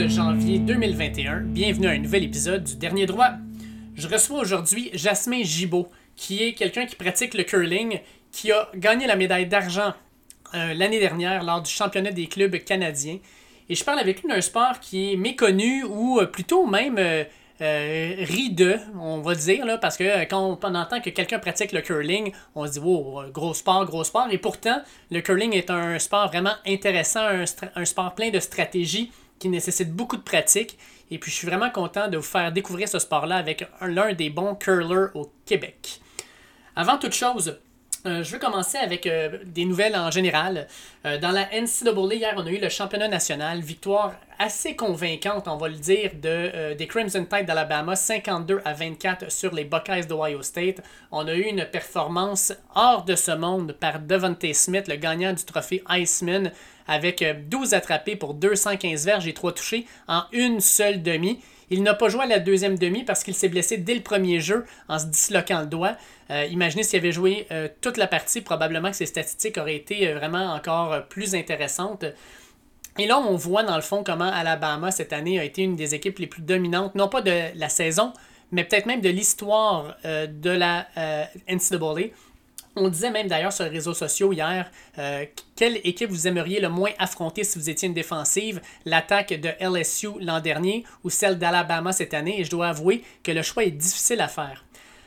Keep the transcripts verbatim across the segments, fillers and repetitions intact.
janvier deux mille vingt et un, bienvenue à un nouvel épisode du Dernier Droit. Je reçois aujourd'hui Jasmin Gibault, qui est quelqu'un qui pratique le curling, qui a gagné la médaille d'argent euh, l'année dernière lors du championnat des clubs canadiens. Et je parle avec lui d'un sport qui est méconnu ou euh, plutôt même euh, euh, ri de, on va dire, là, parce que euh, quand on entend que quelqu'un pratique le curling, on se dit wow, gros sport, gros sport. Et pourtant, le curling est un sport vraiment intéressant, un, un sport plein de stratégies qui nécessite beaucoup de pratique. Et puis je suis vraiment content de vous faire découvrir ce sport-là avec un, l'un des bons curlers au Québec. Avant toute chose, euh, je veux commencer avec euh, des nouvelles en général. Euh, dans la N C A A, hier, on a eu le championnat national. Victoire assez convaincante, on va le dire, de, euh, des Crimson Tide d'Alabama, cinquante-deux à vingt-quatre sur les Buckeyes d'Ohio State. On a eu une performance hors de ce monde par Devontae Smith, le gagnant du trophée Iceman, avec douze attrapés pour deux cent quinze verges et trois touchés en une seule demi. Il n'a pas joué à la deuxième demi parce qu'il s'est blessé dès le premier jeu en se disloquant le doigt. Euh, imaginez s'il avait joué euh, toute la partie, probablement que ses statistiques auraient été euh, vraiment encore euh, plus intéressantes. Et là, on voit dans le fond comment Alabama cette année a été une des équipes les plus dominantes, non pas de la saison, mais peut-être même de l'histoire euh, de la euh, N C A A. On disait même d'ailleurs sur les réseaux sociaux hier, euh, quelle équipe vous aimeriez le moins affronter si vous étiez une défensive, l'attaque de L S U l'an dernier ou celle d'Alabama cette année, et je dois avouer que le choix est difficile à faire.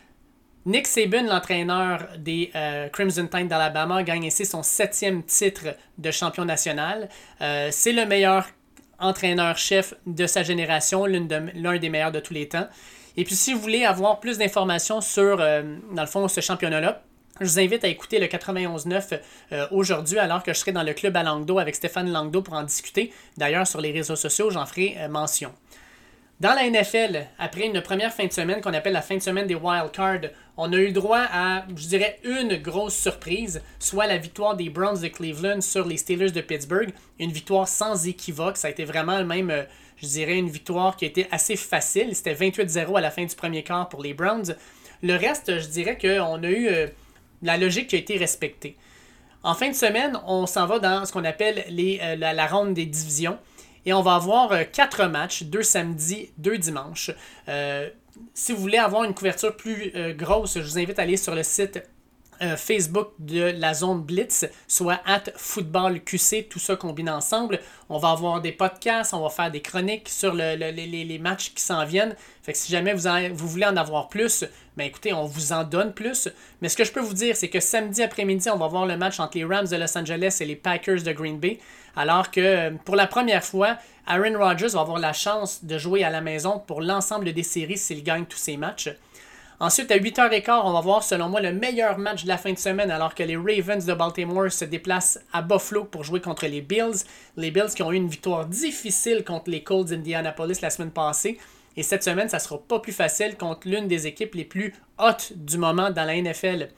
Nick Saban, l'entraîneur des euh, Crimson Tide d'Alabama, gagne ici son septième titre de champion national. Euh, c'est le meilleur entraîneur-chef de sa génération, l'une de, l'un des meilleurs de tous les temps. Et puis si vous voulez avoir plus d'informations sur, euh, dans le fond, ce championnat-là, je vous invite à écouter le quatre-vingt-onze neuf euh, aujourd'hui, alors que je serai dans le club à Languedoc avec Stéphane Languedoc pour en discuter. D'ailleurs, sur les réseaux sociaux, j'en ferai euh, mention. Dans la N F L, après une première fin de semaine qu'on appelle la fin de semaine des wild cards, on a eu droit à, je dirais, une grosse surprise, soit la victoire des Browns de Cleveland sur les Steelers de Pittsburgh. Une victoire sans équivoque. Ça a été vraiment même, euh, je dirais, une victoire qui a été assez facile. C'était vingt-huit zéro à la fin du premier quart pour les Browns. Le reste, je dirais qu'on a eu euh, la logique qui a été respectée. En fin de semaine, on s'en va dans ce qu'on appelle les, euh, la, la ronde des divisions. Et on va avoir euh, quatre matchs, deux samedis, deux dimanches. Euh, si vous voulez avoir une couverture plus euh, grosse, je vous invite à aller sur le site euh, Facebook de la zone Blitz, soit at footballqc, tout ça combiné ensemble. On va avoir des podcasts, on va faire des chroniques sur le, le, les, les matchs qui s'en viennent. Fait que si jamais vous, en, vous voulez en avoir plus, ben écoutez, on vous en donne plus. Mais ce que je peux vous dire, c'est que samedi après-midi, on va voir le match entre les Rams de Los Angeles et les Packers de Green Bay. Alors que pour la première fois, Aaron Rodgers va avoir la chance de jouer à la maison pour l'ensemble des séries s'il gagne tous ses matchs. Ensuite, à huit heures quinze, on va voir, selon moi, le meilleur match de la fin de semaine, alors que les Ravens de Baltimore se déplacent à Buffalo pour jouer contre les Bills. Les Bills qui ont eu une victoire difficile contre les Colts d'Indianapolis la semaine passée. Et cette semaine, ça ne sera pas plus facile contre l'une des équipes les plus hautes du moment dans la N F L.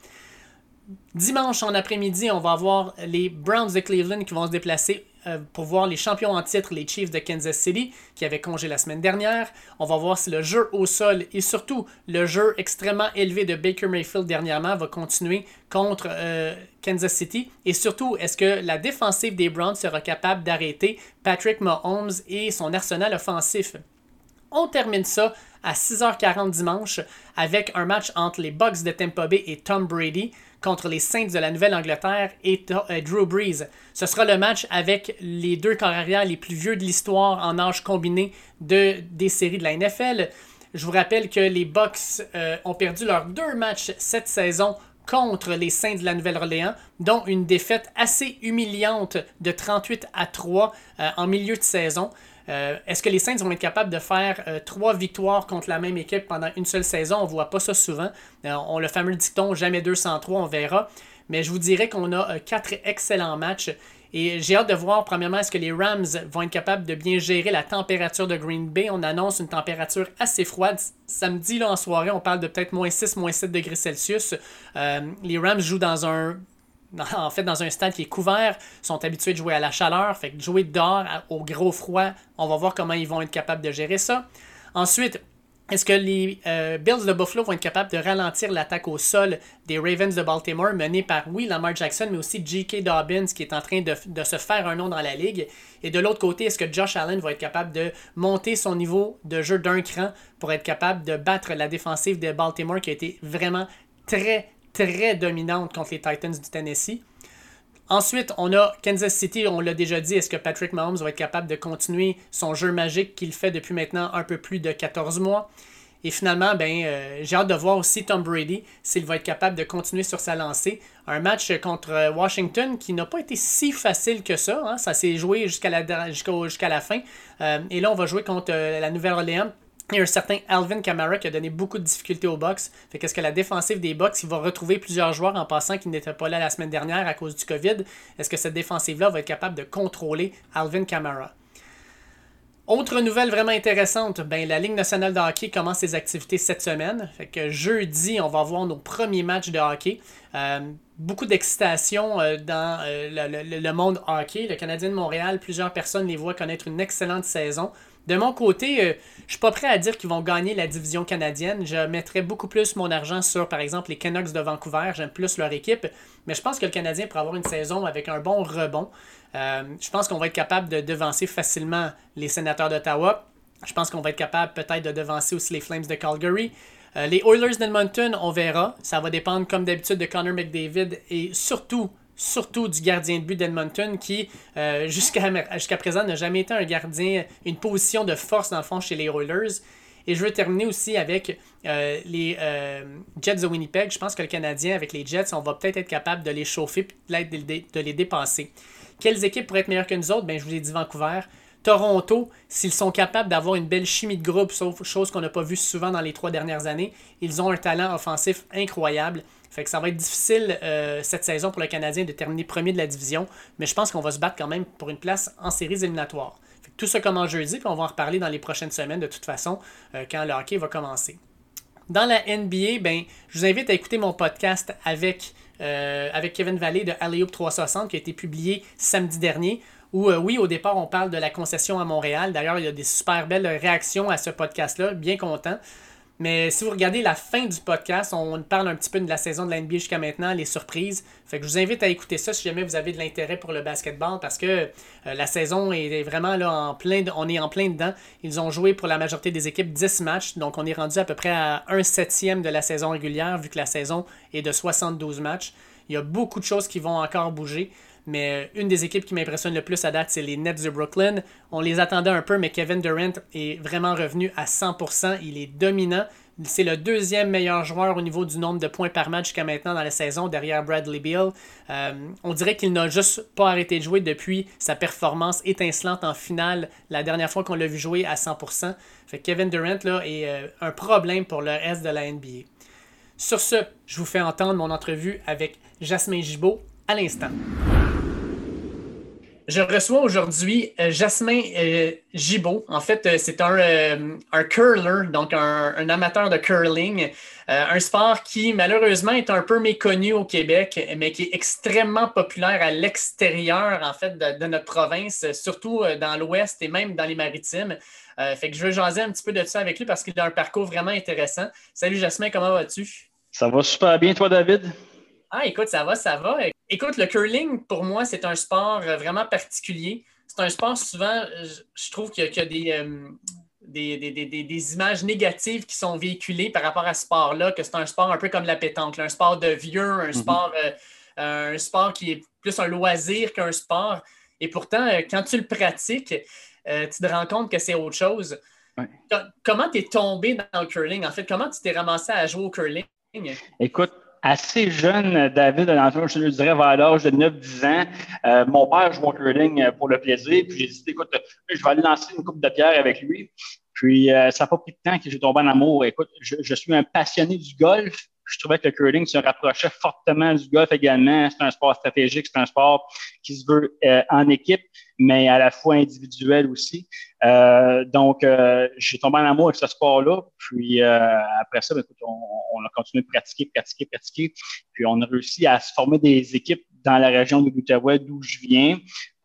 Dimanche en après-midi, on va avoir les Browns de Cleveland qui vont se déplacer euh, pour voir les champions en titre, les Chiefs de Kansas City, qui avaient congé la semaine dernière. On va voir si le jeu au sol et surtout le jeu extrêmement élevé de Baker Mayfield dernièrement va continuer contre euh, Kansas City. Et surtout, est-ce que la défensive des Browns sera capable d'arrêter Patrick Mahomes et son arsenal offensif? On termine ça à six heures quarante dimanche avec un match entre les Bucks de Tampa Bay et Tom Brady contre les Saints de la Nouvelle-Angleterre et euh, Drew Brees. Ce sera le match avec les deux corps arrière les plus vieux de l'histoire en âge combiné de, des séries de la N F L. Je vous rappelle que les Bucks euh, ont perdu leurs deux matchs cette saison contre les Saints de la Nouvelle-Orléans, dont une défaite assez humiliante de trente-huit à trois euh, en milieu de saison. Euh, est-ce que les Saints vont être capables de faire euh, trois victoires contre la même équipe pendant une seule saison? On ne voit pas ça souvent. Euh, on le fameux dicton « jamais deux cent trois », on verra. Mais je vous dirais qu'on a euh, quatre excellents matchs. Et j'ai hâte de voir, premièrement, est-ce que les Rams vont être capables de bien gérer la température de Green Bay. On annonce une température assez froide. Samedi, là, en soirée, on parle de peut-être moins six, moins sept degrés Celsius. Euh, les Rams jouent dans un... En fait, dans un stade qui est couvert, sont habitués de jouer à la chaleur. Fait que jouer dehors au gros froid, on va voir comment ils vont être capables de gérer ça. Ensuite, Est-ce que les euh, Bills de Buffalo vont être capables de ralentir l'attaque au sol des Ravens de Baltimore, menée par, oui, Lamar Jackson, mais aussi J K. Dobbins, qui est en train de, de se faire un nom dans la ligue? Et de l'autre côté, est-ce que Josh Allen va être capable de monter son niveau de jeu d'un cran pour être capable de battre la défensive de Baltimore, qui a été vraiment très, très dominante contre les Titans du Tennessee? Ensuite, on a Kansas City, on l'a déjà dit, est-ce que Patrick Mahomes va être capable de continuer son jeu magique qu'il fait depuis maintenant un peu plus de quatorze mois? Et finalement, ben, euh, j'ai hâte de voir aussi Tom Brady s'il va être capable de continuer sur sa lancée. Un match contre Washington qui n'a pas été si facile que ça. Hein? Ça s'est joué jusqu'à la, jusqu'à, jusqu'à la fin. Euh, et là, on va jouer contre euh, la Nouvelle-Orléans. Il y a un certain Alvin Kamara qui a donné beaucoup de difficultés aux Bucs. Fait qu'est-ce que la défensive des Bucs, il va retrouver plusieurs joueurs en passant qui n'étaient pas là la semaine dernière à cause du COVID. Est-ce que cette défensive-là va être capable de contrôler Alvin Kamara? Autre nouvelle vraiment intéressante, ben, la Ligue nationale de hockey commence ses activités cette semaine. Fait que jeudi, on va avoir nos premiers matchs de hockey. Euh, beaucoup d'excitation euh, dans euh, le, le, le monde hockey. Le Canadien de Montréal, plusieurs personnes les voient connaître une excellente saison. De mon côté, euh, je suis pas prêt à dire qu'ils vont gagner la division canadienne. Je mettrais beaucoup plus mon argent sur, par exemple, les Canucks de Vancouver. J'aime plus leur équipe. Mais je pense que le Canadien pourrait avoir une saison avec un bon rebond. Euh, je pense qu'on va être capable de devancer facilement les Sénateurs d'Ottawa. Je pense qu'on va être capable peut-être de devancer aussi les Flames de Calgary. Euh, les Oilers d'Edmonton, on verra. Ça va dépendre, comme d'habitude, de Connor McDavid et surtout... surtout du gardien de but d'Edmonton qui, euh, jusqu'à, jusqu'à présent, n'a jamais été un gardien, une position de force dans le fond chez les Oilers. Et je veux terminer aussi avec euh, les euh, Jets de Winnipeg. Je pense que le Canadien, avec les Jets, on va peut-être être capable de les chauffer et de les dépasser. Quelles équipes pourraient être meilleures que nous autres? Ben, je vous ai dit Vancouver. Toronto, s'ils sont capables d'avoir une belle chimie de groupe, sauf chose qu'on n'a pas vu souvent dans les trois dernières années, ils ont un talent offensif incroyable. Fait que ça va être difficile euh, cette saison pour le Canadien de terminer premier de la division, mais je pense qu'on va se battre quand même pour une place en séries éliminatoires. Fait que tout ça commence jeudi, puis on va en reparler dans les prochaines semaines de toute façon, euh, quand le hockey va commencer. Dans la N B A, ben, je vous invite à écouter mon podcast avec, euh, avec Kevin Vallée de Alley-Oop trois cent soixante qui a été publié samedi dernier. Où, euh, oui, au départ, on parle de la concession à Montréal. D'ailleurs, il y a des super belles réactions à ce podcast-là. Bien content. Mais si vous regardez la fin du podcast, on parle un petit peu de la saison de la N B A jusqu'à maintenant, les surprises. Fait que je vous invite à écouter ça si jamais vous avez de l'intérêt pour le basketball parce que euh, la saison est vraiment là en plein, de, on est en plein dedans. Ils ont joué pour la majorité des équipes dix matchs, donc on est rendu à peu près à un septième de la saison régulière vu que la saison est de soixante-douze matchs. Il y a beaucoup de choses qui vont encore bouger. Mais une des équipes qui m'impressionne le plus à date, c'est les Nets de Brooklyn. On les attendait un peu, mais Kevin Durant est vraiment revenu à cent pour cent. Il est dominant. C'est le deuxième meilleur joueur au niveau du nombre de points par match jusqu'à maintenant dans la saison, derrière Bradley Beal. Euh, on dirait qu'il n'a juste pas arrêté de jouer depuis sa performance étincelante en finale, la dernière fois qu'on l'a vu jouer à cent pour cent. Fait que Kevin Durant là, est euh, un problème pour le reste de la N B A. Sur ce, je vous fais entendre mon entrevue avec Jasmin Gibault à l'instant. Je reçois aujourd'hui euh, Jasmin euh, Gibault. En fait, euh, c'est un, euh, un curler, donc un, un amateur de curling. Euh, un sport qui, malheureusement, est un peu méconnu au Québec, mais qui est extrêmement populaire à l'extérieur, en fait, de, de notre province, surtout dans l'Ouest et même dans les Maritimes. Euh, fait que je veux jaser un petit peu de ça avec lui parce qu'il a un parcours vraiment intéressant. Salut Jasmin, comment vas-tu? Ça va super bien, toi, David? Ah, écoute, ça va, ça va. Écoute, le curling, pour moi, c'est un sport vraiment particulier. C'est un sport, souvent, je trouve qu'il y a, qu'il y a des, euh, des, des, des, des images négatives qui sont véhiculées par rapport à ce sport-là, que c'est un sport un peu comme la pétanque, là, un sport de vieux, un, mm-hmm. sport, euh, un sport qui est plus un loisir qu'un sport. Et pourtant, quand tu le pratiques, euh, tu te rends compte que c'est autre chose. Ouais. Comment tu es tombé dans le curling? En fait, comment tu t'es ramassé à jouer au curling? Écoute, assez jeune, David, je le dirais vers l'âge de neuf dix ans. Euh, mon père joue au curling pour le plaisir. Puis j'ai dit, écoute, je vais aller lancer une coupe de pierre avec lui. Puis euh, ça n'a pas pris de temps que j'ai tombé en amour. Écoute, je, je suis un passionné du golf. Je trouvais que le curling se rapprochait fortement du golf également. C'est un sport stratégique, c'est un sport qui se veut euh, en équipe, mais à la fois individuel aussi. Euh, donc, euh, j'ai tombé en amour avec ce sport-là. Puis euh, après ça, écoute, on, on a continué de pratiquer, pratiquer, pratiquer. Puis on a réussi à se former des équipes dans la région de l'Outaouais, d'où je viens, pour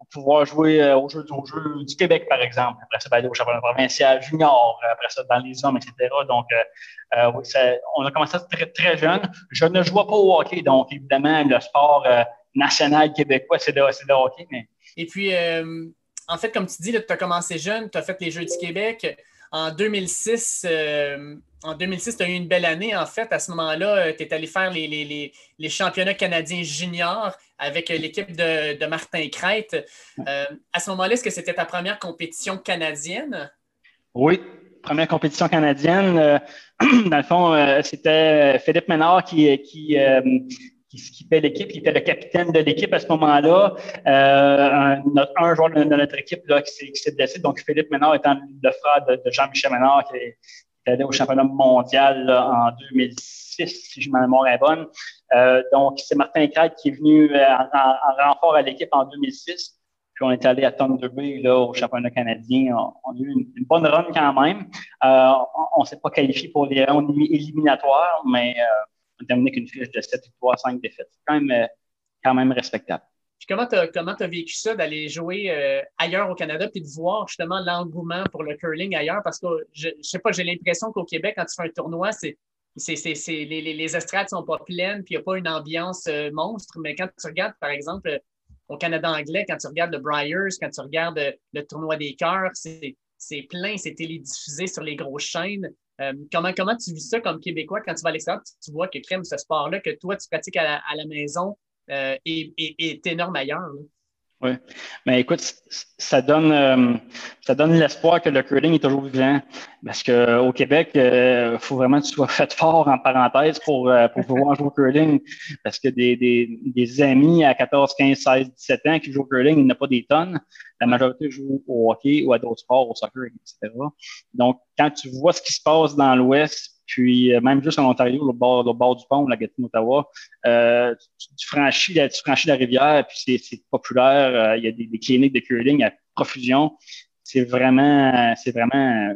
pouvoir jouer euh, aux, jeux, aux Jeux du Québec, par exemple. Après ça, ben, aller au championnat provincial junior, après ça, dans les hommes, et cetera. Donc, euh, euh, oui, ça, on a commencé très, très jeune. Je ne jouais pas au hockey, donc évidemment, le sport euh, national québécois, c'est le, c'est le hockey. Mais... Et puis, euh, en fait, comme tu dis, tu as commencé jeune, tu as fait les Jeux du Québec. En deux mille six, euh, en deux mille six, tu as eu une belle année, en fait. À ce moment-là, tu es allé faire les, les, les, les championnats canadiens juniors avec l'équipe de, de Martin Crête. Euh, à ce moment-là, est-ce que c'était ta première compétition canadienne? Oui, première compétition canadienne. Euh, dans le fond, euh, c'était Philippe Ménard qui, qui, euh, qui skippait l'équipe, qui était le capitaine de l'équipe à ce moment-là. Euh, un, notre, un joueur de, de notre équipe là, qui, s'est, qui s'est blessé. Donc, Philippe Ménard étant le frère de, de Jean-Michel Ménard qui est, qui est allé au championnat mondial là, en deux mille six, si je ma mémoire est bonne. Euh, donc, c'est Martin Crête qui est venu en, en, en renfort à l'équipe en deux mille six. Puis on est allé à Thunder Bay là, au championnat canadien. On, on a eu une, une bonne run quand même. Euh, on ne s'est pas qualifié pour les rounds éliminatoires, mais euh, on a terminé avec une fiche de sept victoires, cinq défaites. C'est quand même, euh, quand même respectable. Puis comment tu as comment t'as vécu ça d'aller jouer euh, ailleurs au Canada puis de voir justement l'engouement pour le curling ailleurs? Parce que je, je sais pas, j'ai l'impression qu'au Québec, quand tu fais un tournoi, c'est, c'est, c'est, c'est les, les, les estrades sont pas pleines puis il n'y a pas une ambiance euh, monstre. Mais quand tu regardes, par exemple, au Canada anglais, quand tu regardes le Briers, quand tu regardes le tournoi des cœurs, c'est, c'est plein, c'est télédiffusé sur les grosses chaînes. Euh, comment, comment tu vis ça comme Québécois quand tu vas à l'extérieur? Tu, tu vois que crème ce sport-là que toi, tu pratiques à la, à la maison euh, est, est, est énorme ailleurs. Là. Oui. Mais écoute, ça donne, euh, ça donne l'espoir que le curling est toujours vivant. Parce qu'au Québec, il euh, faut vraiment que tu sois fait fort, en parenthèse, pour, euh, pour pouvoir jouer au curling. Parce que des, des, des amis à quatorze, quinze, seize, dix-sept ans qui jouent au curling, il n'y en a pas des tonnes. La majorité jouent au hockey ou à d'autres sports, au soccer, et cetera. Donc, quand tu vois ce qui se passe dans l'Ouest, puis euh, même juste en Ontario, au bord, au bord du pont, la Gatineau, Ottawa, euh, tu, tu, franchis la, tu franchis la rivière, puis c'est, c'est populaire. Euh, il y a des, des cliniques de curling à profusion. C'est vraiment, c'est vraiment, euh,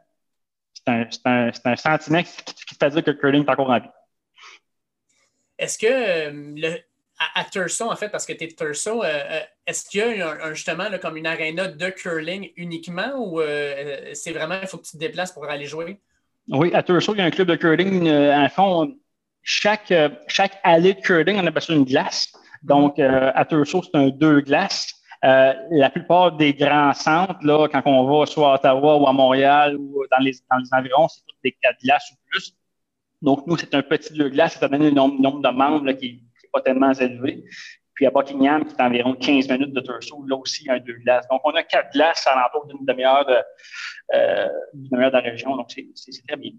c'est, un, c'est, un, c'est un sentiment qui, qui te fait dire que le curling est encore en vie. Est-ce que euh, le, à, à Thurso, en fait, parce que tu es de Thurso, euh, euh, est-ce qu'il y a un, un, justement là, comme une aréna de curling uniquement ou euh, c'est vraiment, il faut que tu te déplaces pour aller jouer? Oui, à Thurso, il y a un club de curling. Euh, en fond, chaque, euh, chaque allée de curling, on appelle ça une glace. Donc, euh, à Thurso, c'est un deux glaces. Euh, la plupart des grands centres, là, quand on va soit à Ottawa ou à Montréal ou dans les, dans les environs, c'est toutes des quatre glaces ou plus. Donc, nous, c'est un petit deux glaces. Ça donne un nombre, nombre de membres là, qui n'est pas tellement élevé. Puis à Buckingham, qui est environ quinze minutes de Thurso, là aussi, il y a un deux glaces. Donc, on a quatre glaces à l'entour d'une demi-heure de, euh, d'une demi-heure de la région. Donc, c'est, c'est, c'est très bien.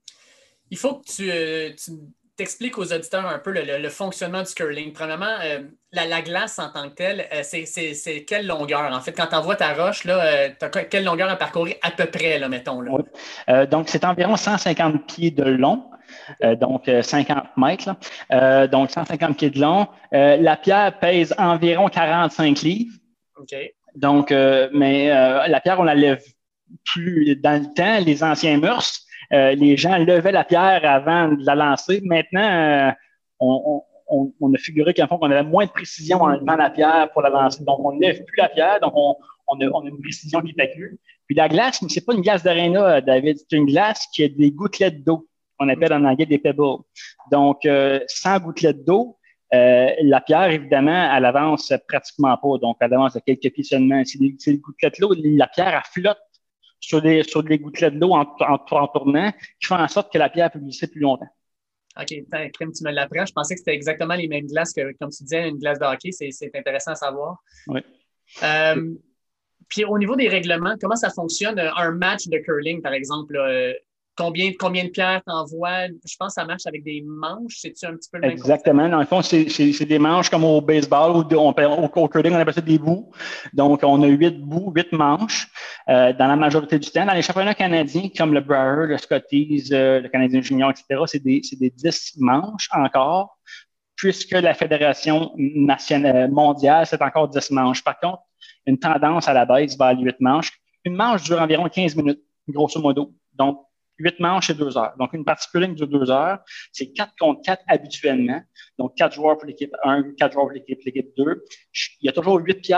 Il faut que tu, euh, tu t'expliques aux auditeurs un peu le, le, le fonctionnement du curling. Premièrement, euh, la, la glace en tant que telle, euh, c'est, c'est, c'est quelle longueur? En fait, quand tu envoies ta roche, là, euh, tu as quelle longueur à parcourir à peu près, là, mettons? Là? Oui. Euh, donc, c'est environ cent cinquante pieds de long. Euh, donc, euh, cinquante mètres. Là. Euh, donc, cent cinquante pieds de long. Euh, la pierre pèse environ quarante-cinq livres. OK. Donc, euh, mais euh, la pierre, on la lève plus. Dans le temps, les anciens mœurs, euh, les gens levaient la pierre avant de la lancer. Maintenant, euh, on, on, on a figuré qu'en fond, on avait moins de précision en levant la pierre pour la lancer. Donc, on ne lève plus la pierre. Donc, on, on, a, on a une précision qui est accrue. Puis la glace, ce n'est pas une glace d'aréna, David. C'est une glace qui a des gouttelettes d'eau. On appelle en anglais des pebbles. Donc, euh, sans gouttelettes d'eau, euh, la pierre, évidemment, elle avance pratiquement pas. Donc, elle avance à quelques pieds seulement. C'est des, c'est des gouttelettes d'eau. La pierre, elle flotte sur des, sur des gouttelettes d'eau en, en, en tournant, qui font en sorte que la pierre peut glisser plus longtemps. OK, Crème, tu me l'apprends. Je pensais que c'était exactement les mêmes glaces que, comme tu disais, une glace de hockey. C'est, c'est intéressant à savoir. Oui. Euh, puis, au niveau des règlements, comment ça fonctionne? Un match de curling, par exemple, là, Combien, combien de pierres t'envoies? Je pense que ça marche avec des manches. C'est-tu un petit peu le même Exactement. Concept? Dans le fond, c'est, c'est, c'est des manches comme au baseball ou on, au, au curling, on appelle ça des bouts. Donc, on a huit bouts, huit manches euh, dans la majorité du temps. Dans les championnats canadiens, comme le Brier, le Scotties, euh, le Canadien Junior, et cetera, c'est des, c'est des dix manches encore, puisque la Fédération nationale mondiale, c'est encore dix manches. Par contre, une tendance à la baisse vers les huit manches. Une manche dure environ quinze minutes, grosso modo. Donc, huit manches, c'est deux heures. Donc, une partie curling dure deux heures. C'est quatre contre quatre habituellement. Donc, quatre joueurs pour l'équipe un, quatre joueurs pour l'équipe, l'équipe deux. Il y a toujours huit pierres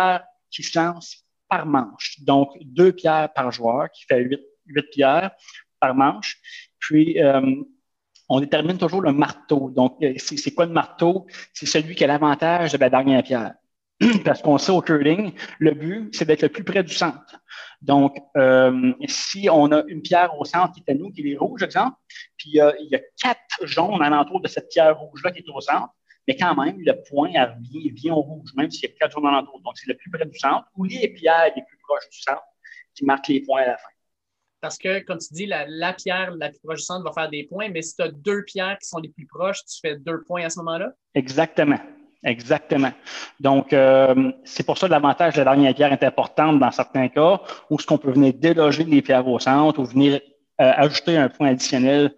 qui se lance par manche. Donc, deux pierres par joueur, qui fait huit, huit pierres par manche. Puis, euh, on détermine toujours le marteau. Donc, c'est, c'est quoi le marteau? C'est celui qui a l'avantage de la dernière pierre. Parce qu'on sait au curling, le but, c'est d'être le plus près du centre. Donc, euh, si on a une pierre au centre qui est à nous, qui est rouge, exemple, puis euh, il y a quatre jaunes alentour de cette pierre rouge-là qui est au centre, mais quand même, le point vient, vient au rouge, même s'il y a quatre jaunes alentour. Donc, c'est le plus près du centre, ou les pierres les plus proches du centre qui marquent les points à la fin. Parce que, comme tu dis, la, la pierre la plus proche du centre va faire des points, mais si tu as deux pierres qui sont les plus proches, tu fais deux points à ce moment-là? Exactement. Exactement. Donc, euh, c'est pour ça que l'avantage de la dernière pierre est importante dans certains cas, où ce qu'on peut venir déloger les pierres au centre ou venir euh, ajouter un point additionnel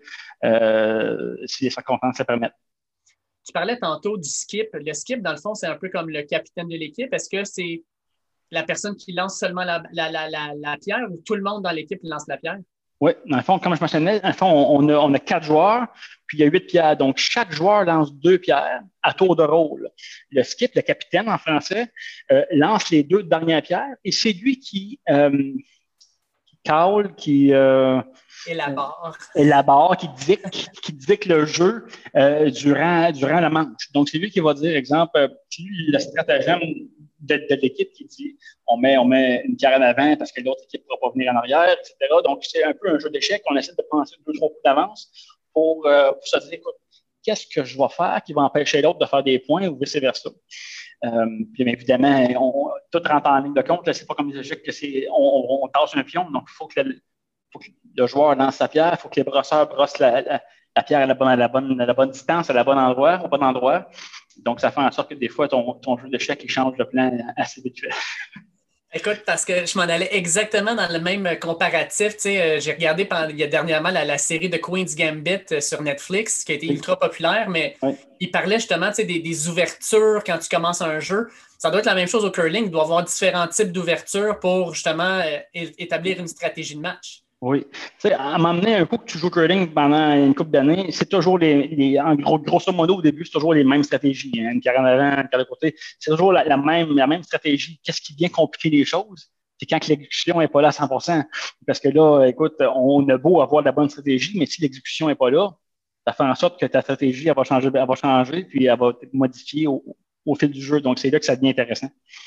euh, si les circonstances le permettent. Tu parlais tantôt du skip. Le skip, dans le fond, c'est un peu comme le capitaine de l'équipe. Est-ce que c'est la personne qui lance seulement la, la, la, la, la pierre ou tout le monde dans l'équipe lance la pierre? Oui, dans le fond, comme je mentionnais, dans le fond, on a, on a quatre joueurs, puis il y a huit pierres. Donc, chaque joueur lance deux pierres à tour de rôle. Le skip, le capitaine en français, euh, lance les deux dernières pierres et c'est lui qui, euh, qui call, qui euh, élabore. Euh, élabore, qui dicte, qui dicte le jeu euh, durant, durant la manche. Donc, c'est lui qui va dire, exemple, euh, le stratagème de, de l'équipe qui dit on met, on met une pierre en avant parce que l'autre équipe ne pourra pas venir en arrière, et cetera. Donc, c'est un peu un jeu d'échecs. On essaie de penser deux, trois coups d'avance pour, euh, pour se dire, écoute, qu'est-ce que je vais faire qui va empêcher l'autre de faire des points ou vice-versa. Euh, puis bien évidemment, on, tout rentre en ligne de compte. Là, c'est pas comme les échecs que c'est on, on, on tasse un pion, donc il faut que le, faut que le joueur lance sa pierre, il faut que les brosseurs brossent la, la, la pierre à la, bonne, à, la bonne, à la bonne distance, à la bonne endroit, au bon endroit. Donc, ça fait en sorte que des fois, ton, ton jeu d'échecs, il change de plan assez vite. Écoute, parce que je m'en allais exactement dans le même comparatif. Tu sais, euh, j'ai regardé pendant, il y a dernièrement la, la série de Queen's Gambit euh, sur Netflix, qui a été oui. ultra populaire, mais oui. il parlait justement tu sais, des, des ouvertures quand tu commences un jeu. Ça doit être la même chose au curling. Il doit y avoir différents types d'ouvertures pour justement euh, établir une stratégie de match. Oui. Tu sais, à m'emmener un coup que tu joues au curling pendant une couple d'années, c'est toujours les, les en gros, grosso modo, au début, c'est toujours les mêmes stratégies. Hein. Une carrière en avant, une carrière de côté. C'est toujours la, la, même, la même stratégie. Qu'est-ce qui vient compliquer les choses? C'est quand l'exécution n'est pas là à cent pour cent. Parce que là, écoute, on a beau avoir la bonne stratégie, mais si l'exécution n'est pas là, ça fait en sorte que ta stratégie, elle va changer, elle va changer puis elle va être modifiée au, au fil du jeu. Donc, c'est là que ça devient intéressant.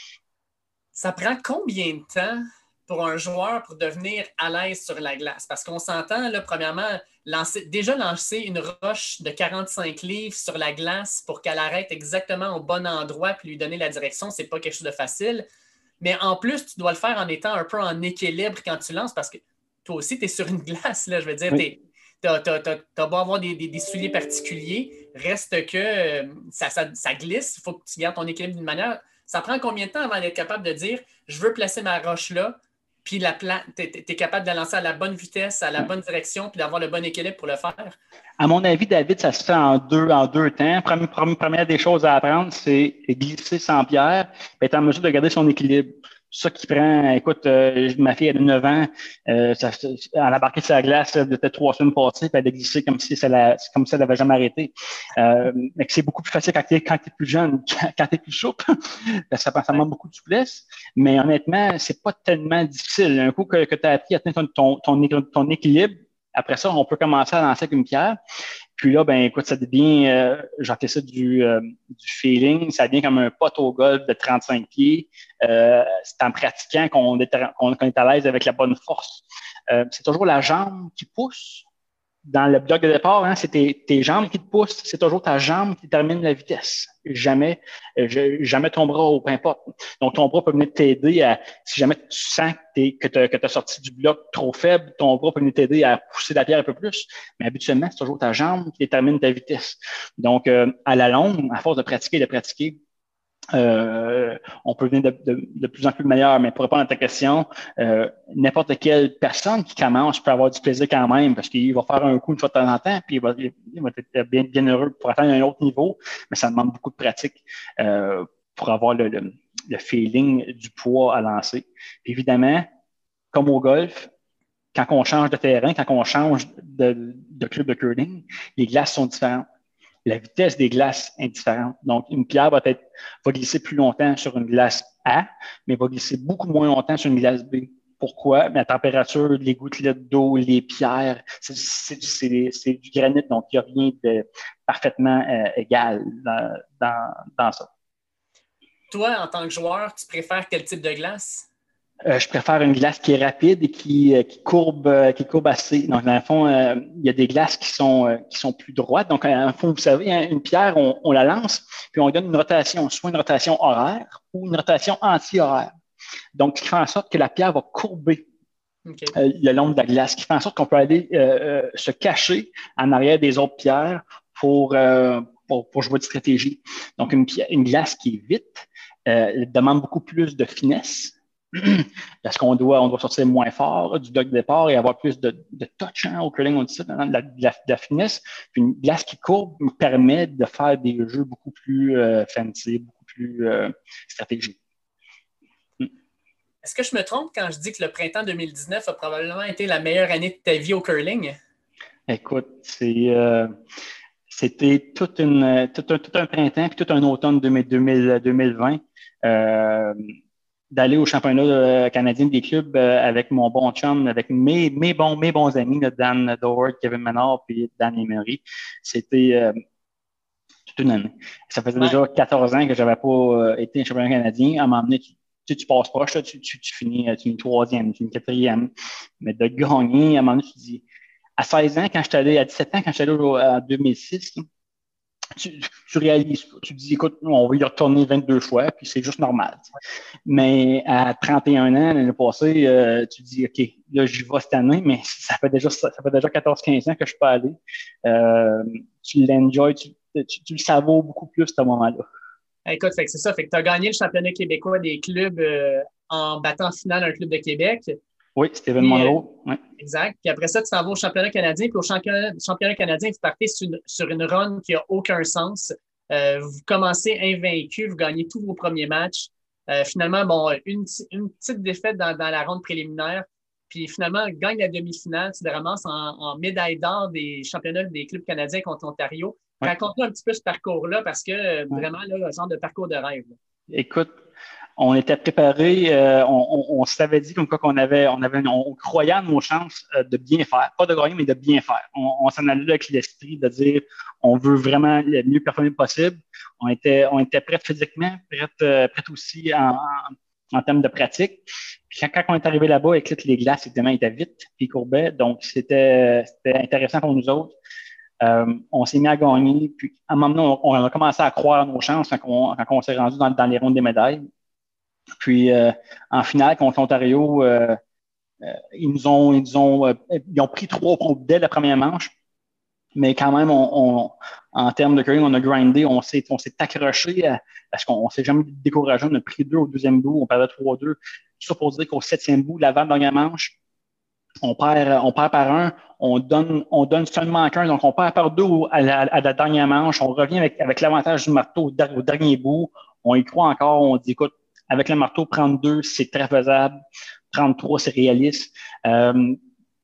Ça prend combien de temps pour un joueur pour devenir à l'aise sur la glace? Parce qu'on s'entend, là, premièrement, lancer, déjà lancer une roche de quarante-cinq livres sur la glace pour qu'elle arrête exactement au bon endroit puis lui donner la direction, c'est pas quelque chose de facile. Mais en plus, tu dois le faire en étant un peu en équilibre quand tu lances parce que toi aussi, tu es sur une glace, là, je veux dire, oui. tu as beau avoir des, des, des souliers particuliers, reste que euh, ça, ça, ça glisse, il faut que tu gardes ton équilibre d'une manière. Ça prend combien de temps avant d'être capable de dire « je veux placer ma roche là », puis tu es capable de la lancer à la bonne vitesse, à la bonne direction, puis d'avoir le bon équilibre pour le faire? À mon avis, David, ça se fait en deux, en deux temps. Première, première des choses à apprendre, c'est glisser sans pierre, puis être en mesure de garder son équilibre. Ça qui prend, écoute, euh, ma fille, elle a neuf ans, euh, ça, elle a embarqué sur la glace, elle était trois semaines passées, puis elle a glissé comme si, ça la, comme si elle n'avait jamais arrêté. Euh, mais c'est beaucoup plus facile quand tu es, quand t'es plus jeune, quand tu es plus souple, ça, ça manque beaucoup de souplesse. Mais honnêtement, c'est pas tellement difficile. Un coup que, que tu as appris à tenir ton, ton, ton, ton équilibre, après ça, on peut commencer à lancer avec une pierre. Puis là, ben écoute, ça devient, euh, j'appelle ça du, euh, du feeling, ça devient comme un pot au golf de trente-cinq pieds. Euh, c'est en pratiquant qu'on est, qu'on est à l'aise avec la bonne force. Euh, c'est toujours la jambe qui pousse. Dans le bloc de départ, hein, c'est tes, tes jambes qui te poussent, c'est toujours ta jambe qui termine la vitesse. Jamais, euh, jamais ton bras ou peu importe. Donc, ton bras peut venir t'aider à, si jamais tu sens que tu as sorti du bloc trop faible, ton bras peut venir t'aider à pousser la pierre un peu plus. Mais habituellement, c'est toujours ta jambe qui détermine ta vitesse. Donc, euh, à la longue, à force de pratiquer et de pratiquer, Euh, on peut venir de, de, de plus en plus meilleur, mais pour répondre à ta question, euh, n'importe quelle personne qui commence peut avoir du plaisir quand même parce qu'il va faire un coup une fois de temps en temps, puis il va, il va être bien, bien heureux pour atteindre un autre niveau, mais ça demande beaucoup de pratique euh, pour avoir le, le, le feeling du poids à lancer. Puis évidemment, comme au golf, quand on change de terrain, quand on change de, de club de curling, les glaces sont différentes. la vitesse des glaces est différente. Donc, une pierre va, être, va glisser plus longtemps sur une glace A, mais va glisser beaucoup moins longtemps sur une glace B. Pourquoi? La température, les gouttelettes d'eau, les pierres, c'est, c'est, c'est, c'est du granit, donc il n'y a rien de parfaitement euh, égal dans, dans, dans ça. Toi, en tant que joueur, tu préfères quel type de glace? Euh, je préfère une glace qui est rapide et qui, euh, qui, courbe, euh, qui courbe assez. Donc, dans le fond, euh, il y a des glaces qui sont, euh, qui sont plus droites. Donc, dans le fond, vous savez, hein, une pierre, on, on la lance, puis on donne une rotation, soit une rotation horaire ou une rotation anti-horaire. Donc, ce qui fait en sorte que la pierre va courber okay. euh, le long de la glace, ce qui fait en sorte qu'on peut aller euh, euh, se cacher en arrière des autres pierres pour, euh, pour, pour jouer de stratégie. Donc, une, une glace qui est vite euh, demande beaucoup plus de finesse. Parce qu'on doit, on doit sortir moins fort du bloc de départ et avoir plus de, de touch hein, au curling, on dit ça, de la, de, la, de la finesse. Puis une glace qui courbe nous permet de faire des jeux beaucoup plus euh, fancy, beaucoup plus euh, stratégiques. Mm. Est-ce que je me trompe quand je dis que le printemps deux mille dix-neuf a probablement été la meilleure année de ta vie au curling? Écoute, c'est, euh, c'était tout, une, tout, un, tout un printemps puis tout un automne deux mille vingt. Euh, d'aller au championnat canadien des clubs avec mon bon chum, avec mes, mes, bons, mes bons amis, Dan Doward, Kevin Menard et Dan Emery. C'était euh, toute une année. Ça faisait ouais. déjà quatorze ans que je n'avais pas euh, été un championnat canadien. À un moment donné, tu, tu, tu passes proche, tu, tu, tu, finis, tu finis troisième, tu finis quatrième. Mais de gagner, à un moment donné, tu te dis, à seize ans, quand je suis allé, à dix-sept ans, quand je suis allé au, en deux mille six, là, Tu, tu réalises, tu te dis, écoute, on va y retourner vingt-deux fois, puis c'est juste normal. Mais à trente et un ans, l'année passée, euh, tu te dis, OK, là, j'y vais cette année, mais ça fait déjà, ça fait déjà quatorze quinze ans que je suis pas allé. Euh, tu l'enjoy, tu, tu, tu le savoures beaucoup plus à ce moment-là. Écoute, fait que c'est ça, fait que tu as gagné le championnat québécois des clubs euh, en battant en finale un club de Québec. Oui, Steven Monroe. Euh, ouais. Exact. Puis après ça, tu t'en vas au championnat canadien. Puis au championnat, championnat canadien, vous partez sur une, sur une run qui n'a aucun sens. Euh, vous commencez invaincu, vous gagnez tous vos premiers matchs. Euh, finalement, bon, une, une petite défaite dans, dans la ronde préliminaire. Puis finalement, gagne la demi-finale. Tu te ramasses en, en médaille d'or des championnats des clubs canadiens contre l'Ontario. Ouais. Raconte-nous un petit peu ce parcours-là parce que ouais. vraiment, là, le genre de parcours de rêve. Là. Écoute, on était préparés, euh, on, on, on s'avait dit comme quoi qu'on avait, on avait, on croyait en nos chances euh, de bien faire, pas de gagner, mais de bien faire. On, on s'en allait avec l'esprit de dire, on veut vraiment le mieux performer possible. On était, on était prêts physiquement, prêts, euh, prêts aussi en, en, en termes de pratique. Puis quand, quand on est arrivé là-bas, écoute, les glaces, évidemment, étaient vite, puis courbaient, donc c'était, c'était intéressant pour nous autres. Euh, on s'est mis à gagner, puis à un moment donné, on, on a commencé à croire nos chances quand on, quand on s'est rendu dans, dans les rondes des médailles. Puis euh, en finale contre l'Ontario, euh, euh, ils nous ont, ils nous ont, euh, ils ont pris trois points dès la première manche, mais quand même, on, on, en termes de curling, on a grindé, on s'est, on s'est accroché à, parce qu'on ne s'est jamais découragé. On a pris deux au deuxième bout, on perdait trois deux. Tout ça pour dire qu'au septième bout, l'avant-dernière manche, on perd, on perd par un, on donne, on donne seulement qu'un, donc on perd par deux à la, à la dernière manche, on revient avec, avec l'avantage du marteau au, der, au dernier bout, on y croit encore, on dit, écoute, avec le marteau, prendre deux, c'est très faisable, prendre trois, c'est réaliste. Euh,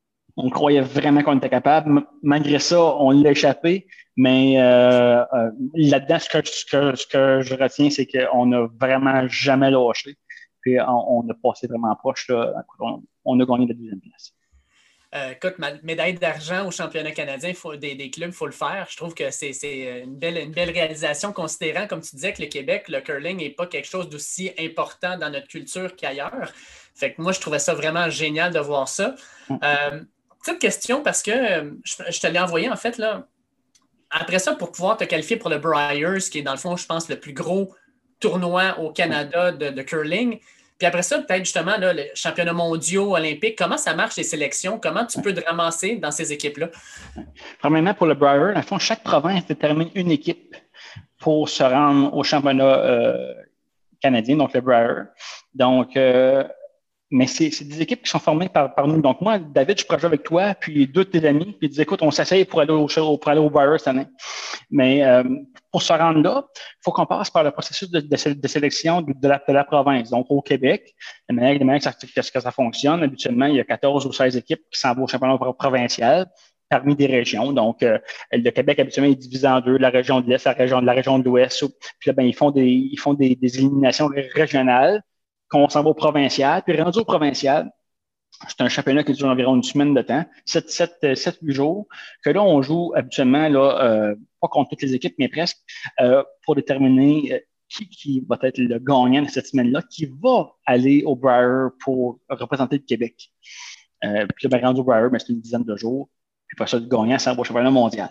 on croyait vraiment qu'on était capable. Malgré ça, on l'a échappé, mais euh, euh, là-dedans, ce que, ce, que, ce que je retiens, c'est qu'on n'a vraiment jamais lâché, puis on, on a passé vraiment proche, là, on, on a gagné la deuxième place. Euh, écoute, ma médaille d'argent au championnat canadien faut, des, des clubs, il faut le faire. Je trouve que c'est, c'est une, belle, une belle réalisation, considérant, comme tu disais, que le Québec, le curling n'est pas quelque chose d'aussi important dans notre culture qu'ailleurs. Fait que moi, je trouvais ça vraiment génial de voir ça. Euh, petite question, parce que je, je te l'ai envoyé, en fait, là. Après ça, pour pouvoir te qualifier pour le Briers, qui est, dans le fond, je pense, le plus gros tournoi au Canada de, de curling. Puis après ça, peut-être justement, là, les championnats mondiaux, olympiques, comment ça marche les sélections? Comment tu peux te ramasser dans ces équipes-là? Premièrement, pour le Brier, à fond, chaque province détermine une équipe pour se rendre au championnat euh, canadien, donc le Brier. Donc, euh, mais c'est, c'est des équipes qui sont formées par, par nous. Donc, moi, David, je pourrais jouer avec toi, puis deux de tes amis, puis dire, écoute, on s'essaye pour aller au, pour aller au Brier cette année. Mais euh, pour se rendre là, il faut qu'on passe par le processus de, de, de sélection de, de, la, de la province. Donc, au Québec, la manière, la manière que, ça, que ça fonctionne, habituellement, il y a quatorze ou seize équipes qui s'en vont au championnat provincial. parmi des régions. Donc, euh, le Québec, habituellement, est divisé en deux, la région de l'Est, la région de la région de l'Ouest. Puis là, ben, ils font des, ils font des, des éliminations régionales, qu'on s'en va au provincial. Puis rendu au provincial, c'est un championnat qui dure environ une semaine de temps, sept huit jours, que là, on joue habituellement, là, euh, pas contre toutes les équipes, mais presque, euh, pour déterminer euh, qui, qui va être le gagnant de cette semaine-là, qui va aller au Brier pour représenter le Québec. Euh, puis là, ben, rendu au Brier, ben, c'est une dizaine de jours. Puis pour ça, le gagnant, c'est un championnat mondial.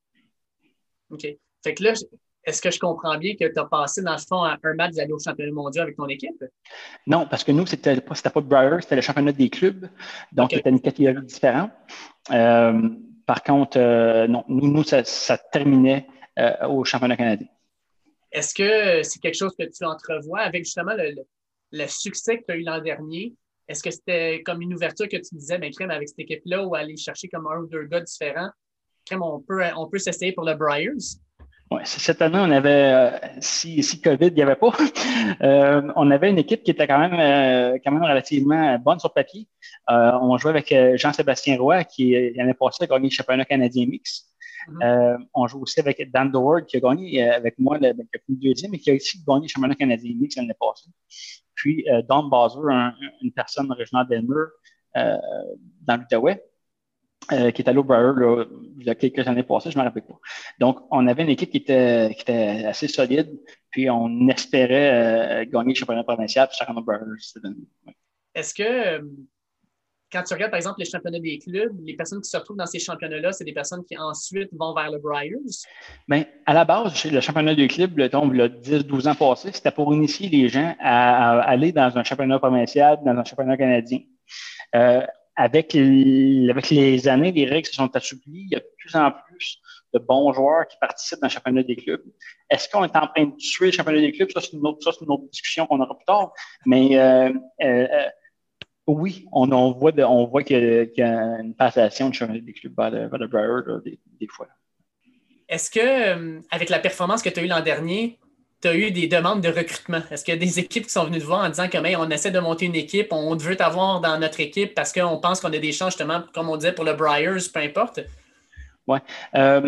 OK. Fait que là, est-ce que je comprends bien que tu as passé, dans le fond, à un match d'aller au championnat mondial avec ton équipe? Non, parce que nous, c'était pas, c'était pas le Brier, c'était le championnat des clubs. Donc, okay. C'était une catégorie différente. Euh, par contre, euh, non, nous, nous ça, ça terminait euh, au championnat canadien. Est-ce que c'est quelque chose que tu entrevois avec justement le, le, le succès que tu as eu l'an dernier? Est-ce que c'était comme une ouverture que tu disais, ben, crème, avec cette équipe-là, ou aller chercher comme un ou deux gars différents? Crème, on peut, on peut s'essayer pour le Briers? Oui, cette année, on avait, euh, si, si COVID, il n'y avait pas, euh, on avait une équipe qui était quand même, euh, quand même relativement bonne sur papier. Euh, on jouait avec Jean-Sébastien Roy, qui, l'année passée, a gagné le championnat canadien mix. Mm-hmm. euh, on joue aussi avec Dan Doward, qui a gagné euh, avec moi le, le, le deuxième, et qui a aussi gagné le championnat canadien mix l'année passée. Puis, euh, Don Bowser, un, une personne originaire d'Elmer, euh, dans l'Outaouais. Euh, qui est allé au Brier là, il y a quelques années passées, je ne me rappelle pas. Donc, on avait une équipe qui était, qui était assez solide, puis on espérait euh, gagner le championnat provincial, puis ça rend au Brier. Ouais. Est-ce que, euh, quand tu regardes, par exemple, les championnats des clubs, les personnes qui se retrouvent dans ces championnats-là, c'est des personnes qui ensuite vont vers le Briers? Bien, à la base, le championnat des clubs, le tombe, le dix douze ans passés, c'était pour initier les gens à, à aller dans un championnat provincial, dans un championnat canadien. Euh, Avec, avec les années, les règles se sont assouplies. Il y a de plus en plus de bons joueurs qui participent dans le championnat des clubs. Est-ce qu'on est en train de tuer le championnat des clubs? Ça, c'est une autre, ça, c'est une autre discussion qu'on aura plus tard. Mais euh, euh, oui, on, on voit, de, on voit qu'il, y a, qu'il y a une passation du championnat des clubs vers le, vers le Brier, là, des, des fois. Est-ce que, euh, avec la performance que tu as eue l'an dernier, tu as eu des demandes de recrutement? Est-ce qu'il y a des équipes qui sont venues te voir en disant que hey, on essaie de monter une équipe, on veut t'avoir dans notre équipe parce qu'on pense qu'on a des chances, justement, comme on disait, pour le Briers, peu importe? Oui. Euh,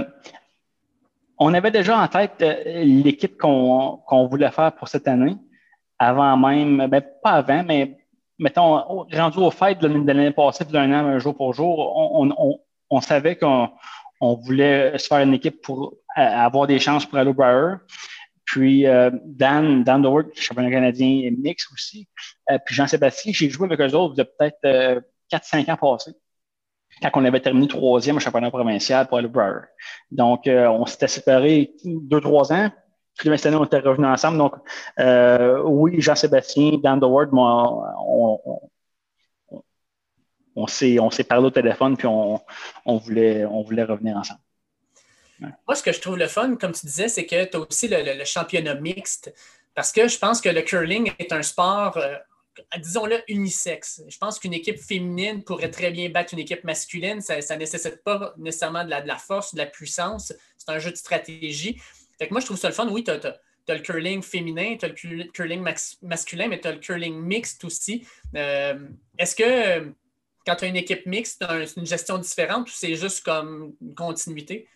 on avait déjà en tête euh, l'équipe qu'on, qu'on voulait faire pour cette année, avant même, ben, pas avant, mais mettons, rendu au fait de l'année passée, d'un an, un jour pour jour, on, on, on savait qu'on on voulait se faire une équipe pour avoir des chances pour aller au Brier. Puis euh, Dan, Dan Doward, championnat canadien mix aussi. Euh, puis Jean-Sébastien, j'ai joué avec eux autres il y a peut-être euh, quatre cinq ans passés, quand on avait terminé troisième au championnat provincial pour aller au Brier. Donc, euh, on s'était séparés deux, trois ans. Puis cette année, on était revenus ensemble. Donc, euh, oui, Jean-Sébastien, Dan Doward, on, on, on, on, s'est, on s'est parlé au téléphone, puis on, on, voulait, on voulait revenir ensemble. Ouais. Moi, ce que je trouve le fun, comme tu disais, c'est que tu as aussi le, le, le championnat mixte, parce que je pense que le curling est un sport, euh, disons-le, unisexe. Je pense qu'une équipe féminine pourrait très bien battre une équipe masculine. Ça ne nécessite pas nécessairement de la, de la force, de la puissance. C'est un jeu de stratégie. Fait que moi, je trouve ça le fun. Oui, tu as, as le curling féminin, tu as le curling max, masculin, mais tu as le curling mixte aussi. Euh, est-ce que quand tu as une équipe mixte, tu as une gestion différente ou c'est juste comme une continuité?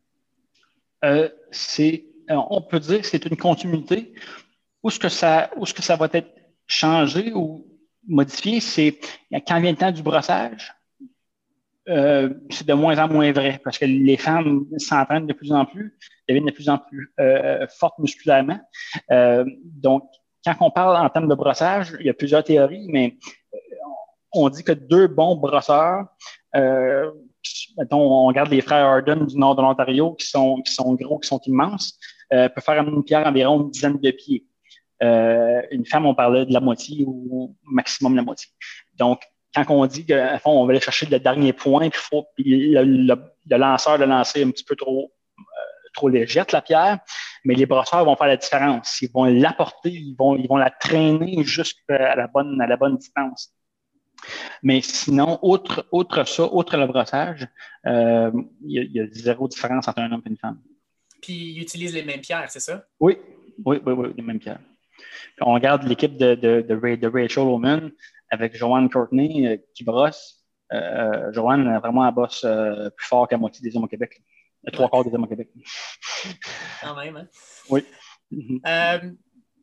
Euh, c'est, on peut dire que c'est une continuité. Où est-ce que ça, où est-ce que ça va être changé ou modifié, c'est quand vient le temps du brossage, euh, c'est de moins en moins vrai parce que les femmes s'entraînent de plus en plus, deviennent de plus en plus euh, fortes musculairement. Euh, donc, quand on parle en termes de brossage, il y a plusieurs théories, mais on dit que deux bons brosseurs, euh, mettons, on regarde les frères Harden du nord de l'Ontario qui sont, qui sont gros, qui sont immenses, euh, peuvent faire une pierre environ une dizaine de pieds. Euh, une femme, on parlait de la moitié ou maximum la moitié. Donc, quand on dit qu'à fond, on va aller chercher le dernier point, puis, faut, puis le, le, le lanceur le lancer un petit peu trop, euh, trop légère, la pierre, mais les brosseurs vont faire la différence. Ils vont l'apporter, ils vont, ils vont la traîner jusqu'à la bonne, à la bonne distance. Mais sinon, outre, outre ça, outre le brossage, euh, il, y a, il y a zéro différence entre un homme et une femme. Puis, ils utilisent les mêmes pierres, c'est ça? Oui, oui, oui, oui, les mêmes pierres. Puis on regarde l'équipe de, de, de, de Rachel Oman avec Joanne Courtney euh, qui brosse. euh, Joanne, vraiment, elle bosse euh, plus fort qu'à moitié des hommes au Québec. Le trois quarts des hommes au Québec. Quand même, hein? Oui. Mm-hmm. Euh,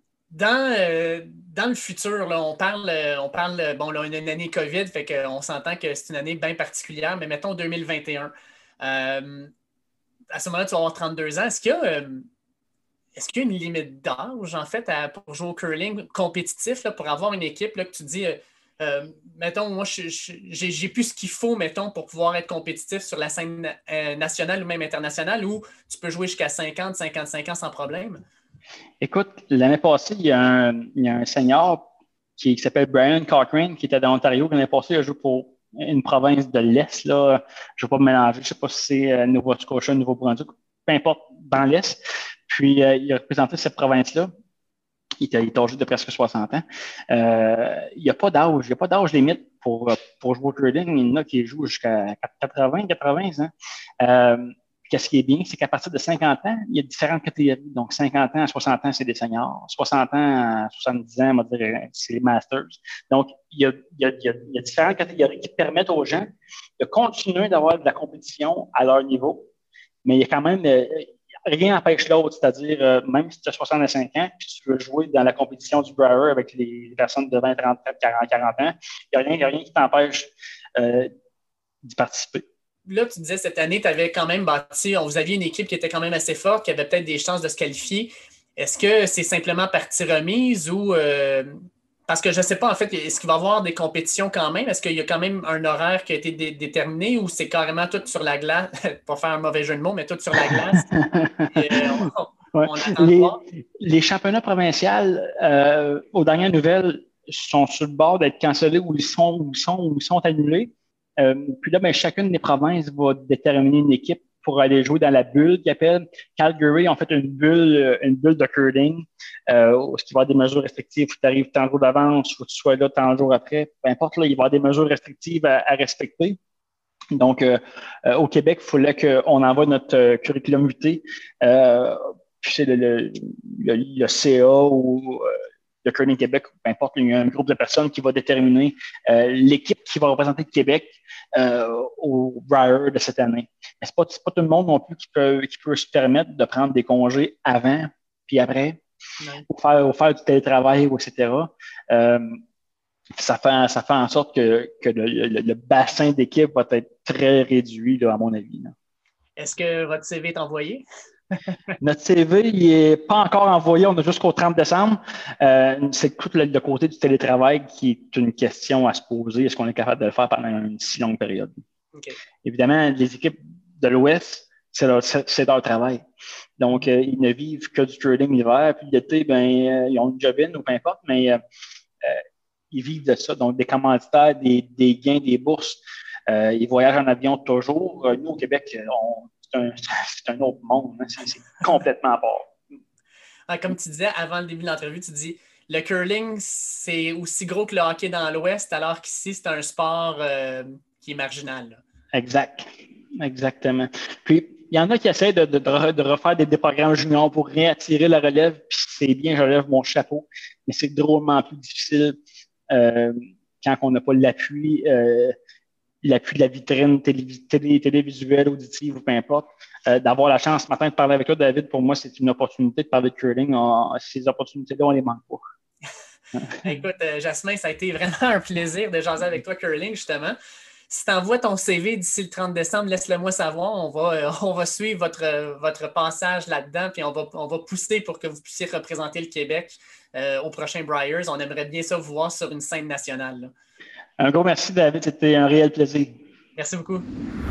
dans, euh, dans le futur, là, on parle, on parle bon, là, une année COVID, fait qu'on s'entend que c'est une année bien particulière, mais mettons deux mille vingt et un. Euh, à ce moment-là, tu vas avoir trente-deux ans. Est-ce qu'il y a, euh, est-ce qu'il y a une limite d'âge, en fait, à, pour jouer au curling compétitif, là, pour avoir une équipe là, que tu dis, euh, euh, mettons, moi, je, je, j'ai, j'ai plus ce qu'il faut, mettons, pour pouvoir être compétitif sur la scène euh, nationale ou même internationale, où tu peux jouer jusqu'à cinquante, cinquante-cinq ans sans problème? Écoute, l'année passée, il y a un, il y a un senior qui, qui s'appelle Brian Cochrane, qui était dans l'Ontario. L'année passée, il a joué pour une province de l'Est. Là. Je ne vais pas me mélanger. Je ne sais pas si c'est euh, Nova Scotia, Nouveau-Brunswick, peu importe, dans l'Est. Puis, euh, il a représenté cette province-là. Il était, il était âgé de presque soixante ans. Euh, il n'y a pas d'âge. Il n'y a pas d'âge limite pour, pour jouer au curling. Il y en a qui jouent jusqu'à quatre-vingts, quatre-vingts ans. Euh, Qu'est-ce qui est bien, c'est qu'à partir de cinquante ans, il y a différentes catégories. Donc, cinquante ans à soixante ans, c'est des seniors. soixante ans à soixante-dix ans, on va dire, c'est les masters. Donc, il y a, il y a, il y a, il y a différentes catégories qui permettent aux gens de continuer d'avoir de la compétition à leur niveau. Mais il y a quand même, euh, rien n'empêche l'autre. C'est-à-dire, euh, même si tu as soixante-cinq ans et tu veux jouer dans la compétition du Brier avec les personnes de vingt, trente, quarante, quarante ans, il n'y a rien, il y a rien qui t'empêche euh, d'y participer. Là, tu disais, cette année, tu avais quand même bâti, vous aviez une équipe qui était quand même assez forte, qui avait peut-être des chances de se qualifier. Est-ce que c'est simplement partie remise ou... Euh, parce que je ne sais pas, en fait, est-ce qu'il va y avoir des compétitions quand même? Est-ce qu'il y a quand même un horaire qui a été dé- déterminé ou c'est carrément tout sur la glace? Pour faire un mauvais jeu de mots, mais tout sur la glace. Et, euh, on, ouais. on attend les, de voir. Les championnats provinciaux, euh, aux dernières nouvelles, sont sur le bord d'être cancellés ou ils sont, ou ils sont, ou ils sont annulés. Euh, puis là, ben, chacune des provinces va déterminer une équipe pour aller jouer dans la bulle qu'ils appellent. Calgary ont fait une bulle, une bulle de curling, euh, où il va y avoir des mesures restrictives. Il faut que tu arrives tant de jours d'avance, il faut que tu sois là tant de jours après. Peu importe, là, il va y avoir des mesures restrictives à, à respecter. Donc, euh, euh, au Québec, il fallait qu'on envoie notre euh, curriculum vitae. Euh, puis c'est le, le, le, le C A ou euh, le Curling Québec, peu importe, il y a un groupe de personnes qui va déterminer euh, l'équipe qui va représenter le Québec euh, au Brier de cette année. Mais c'est pas, c'est pas tout le monde non plus qui peut, qui peut se permettre de prendre des congés avant puis après, ouais. ou, faire, ou faire du télétravail, et cetera. Euh, ça fait, ça fait en sorte que, que le, le, le bassin d'équipe va être très réduit, là, à mon avis. Là. Est-ce que votre C V est envoyé? Notre C V, il n'est pas encore envoyé. On a jusqu'au trente décembre. Euh, c'est tout le, le côté du télétravail qui est une question à se poser. Est-ce qu'on est capable de le faire pendant une si longue période? Okay. Évidemment, les équipes de l'Ouest, c'est leur, c'est, c'est leur travail. Donc, euh, ils ne vivent que du curling l'hiver. Puis l'été, ben, euh, ils ont une job-in ou peu importe, mais euh, euh, ils vivent de ça. Donc, des commanditaires, des, des gains, des bourses. Euh, ils voyagent en avion toujours. Euh, nous, au Québec, on C'est un, c'est un autre monde. Hein? C'est, c'est complètement à part. Comme tu disais avant le début de l'entrevue, tu dis le curling, c'est aussi gros que le hockey dans l'Ouest, alors qu'ici, c'est un sport euh, qui est marginal. Là. Exact. Exactement. Puis, il y en a qui essaient de, de, de refaire des, des programmes juniors pour réattirer la relève. Puis, c'est bien, je lève mon chapeau. Mais c'est drôlement plus difficile euh, quand on n'a pas l'appui. Euh, l'appui de la vitrine télé, télé, télévisuelle, auditive ou peu importe. Euh, d'avoir la chance ce matin de parler avec toi, David, pour moi, c'est une opportunité de parler de curling. On, ces opportunités-là, on les manque pas. Écoute, euh, Jasmin, ça a été vraiment un plaisir de jaser avec toi curling, justement. Si tu envoies ton C V d'ici le trente décembre, laisse-le moi savoir. On va, euh, on va suivre votre, euh, votre passage là-dedans, puis on va, on va pousser pour que vous puissiez représenter le Québec euh, au prochain Briers. On aimerait bien ça vous voir sur une scène nationale. Là. Un gros merci, David. C'était un réel plaisir. Merci beaucoup.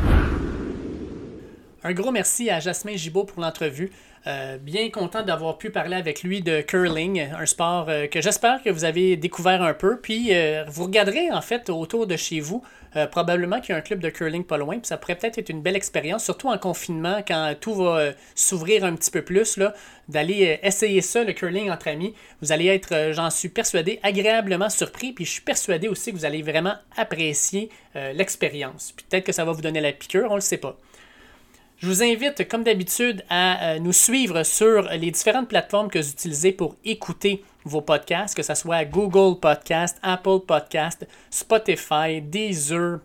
Un gros merci à Jasmin Gibault pour l'entrevue. Euh, bien content d'avoir pu parler avec lui de curling, un sport euh, que j'espère que vous avez découvert un peu. Puis euh, vous regarderez en fait autour de chez vous, euh, probablement qu'il y a un club de curling pas loin. Puis ça pourrait peut-être être une belle expérience, surtout en confinement, quand tout va euh, s'ouvrir un petit peu plus, là, d'aller euh, essayer ça, le curling entre amis. Vous allez être, euh, j'en suis persuadé, agréablement surpris. Puis je suis persuadé aussi que vous allez vraiment apprécier euh, l'expérience. Puis peut-être que ça va vous donner la piqûre, on ne le sait pas. Je vous invite, comme d'habitude, à euh, nous suivre sur les différentes plateformes que vous utilisez pour écouter vos podcasts, que ce soit Google Podcast, Apple Podcast, Spotify, Deezer,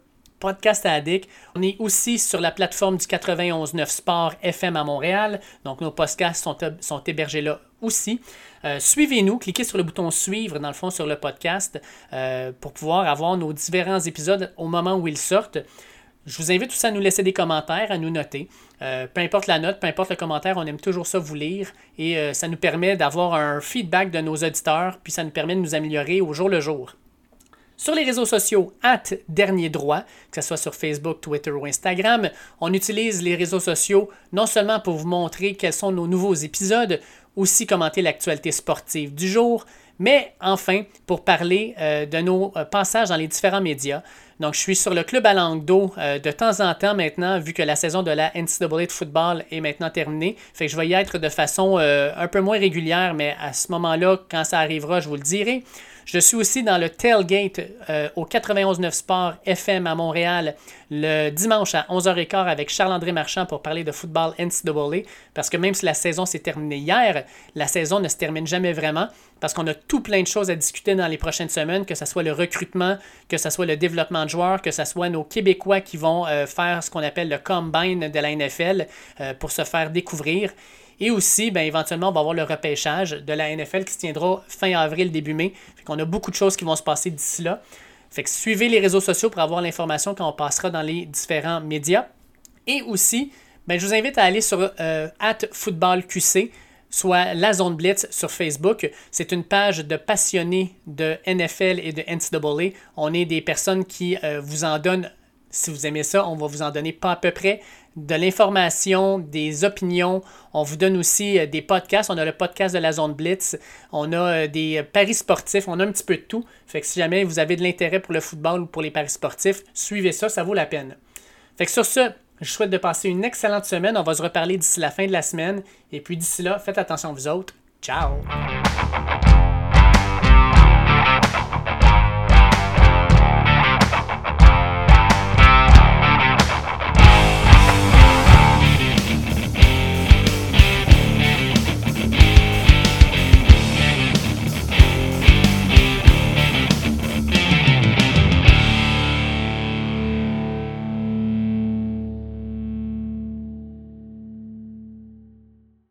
Podcast Addict. On est aussi sur la plateforme du quatre-vingt-onze neuf Sport F M à Montréal. Donc, nos podcasts sont, sont hébergés là aussi. Euh, suivez-nous, cliquez sur le bouton suivre dans le fond sur le podcast euh, pour pouvoir avoir nos différents épisodes au moment où ils sortent. Je vous invite aussi à nous laisser des commentaires, à nous noter. Euh, peu importe la note, peu importe le commentaire, on aime toujours ça vous lire et euh, ça nous permet d'avoir un feedback de nos auditeurs, puis ça nous permet de nous améliorer au jour le jour. Sur les réseaux sociaux, arobase dernier droit, que ce soit sur Facebook, Twitter ou Instagram, on utilise les réseaux sociaux non seulement pour vous montrer quels sont nos nouveaux épisodes, aussi commenter l'actualité sportive du jour, mais enfin pour parler euh, de nos euh, passages dans les différents médias. Donc, je suis sur le Club à langue d'eau euh, de temps en temps maintenant, vu que la saison de la N C A A de football est maintenant terminée. Fait que je vais y être de façon euh, un peu moins régulière, mais à ce moment-là, quand ça arrivera, je vous le dirai. Je suis aussi dans le Tailgate euh, au quatre-vingt-onze neuf Sport F M à Montréal le dimanche à onze heures quinze avec Charles-André Marchand pour parler de football N C A A. Parce que même si la saison s'est terminée hier, la saison ne se termine jamais vraiment parce qu'on a tout plein de choses à discuter dans les prochaines semaines, que ce soit le recrutement, que ce soit le développement de joueurs, que ce soit nos Québécois qui vont euh, faire ce qu'on appelle le combine de la N F L euh, pour se faire découvrir. Et aussi, bien, éventuellement, on va avoir le repêchage de la N F L qui se tiendra fin avril, début mai. Fait qu'on a beaucoup de choses qui vont se passer d'ici là. Fait que suivez les réseaux sociaux pour avoir l'information quand on passera dans les différents médias. Et aussi, bien, je vous invite à aller sur euh, arobase football Q C, soit la Zone Blitz sur Facebook. C'est une page de passionnés de N F L et de N C A A. On est des personnes qui euh, vous en donnent, si vous aimez ça, on va vous en donner pas à peu près, de l'information, des opinions. On vous donne aussi euh, des podcasts. On a le podcast de la Zone Blitz. On a euh, des paris sportifs. On a un petit peu de tout. Fait que si jamais vous avez de l'intérêt pour le football ou pour les paris sportifs, suivez ça, ça vaut la peine. Fait que sur ce, je souhaite de passer une excellente semaine. On va se reparler d'ici la fin de la semaine. Et puis d'ici là, faites attention vous autres. Ciao!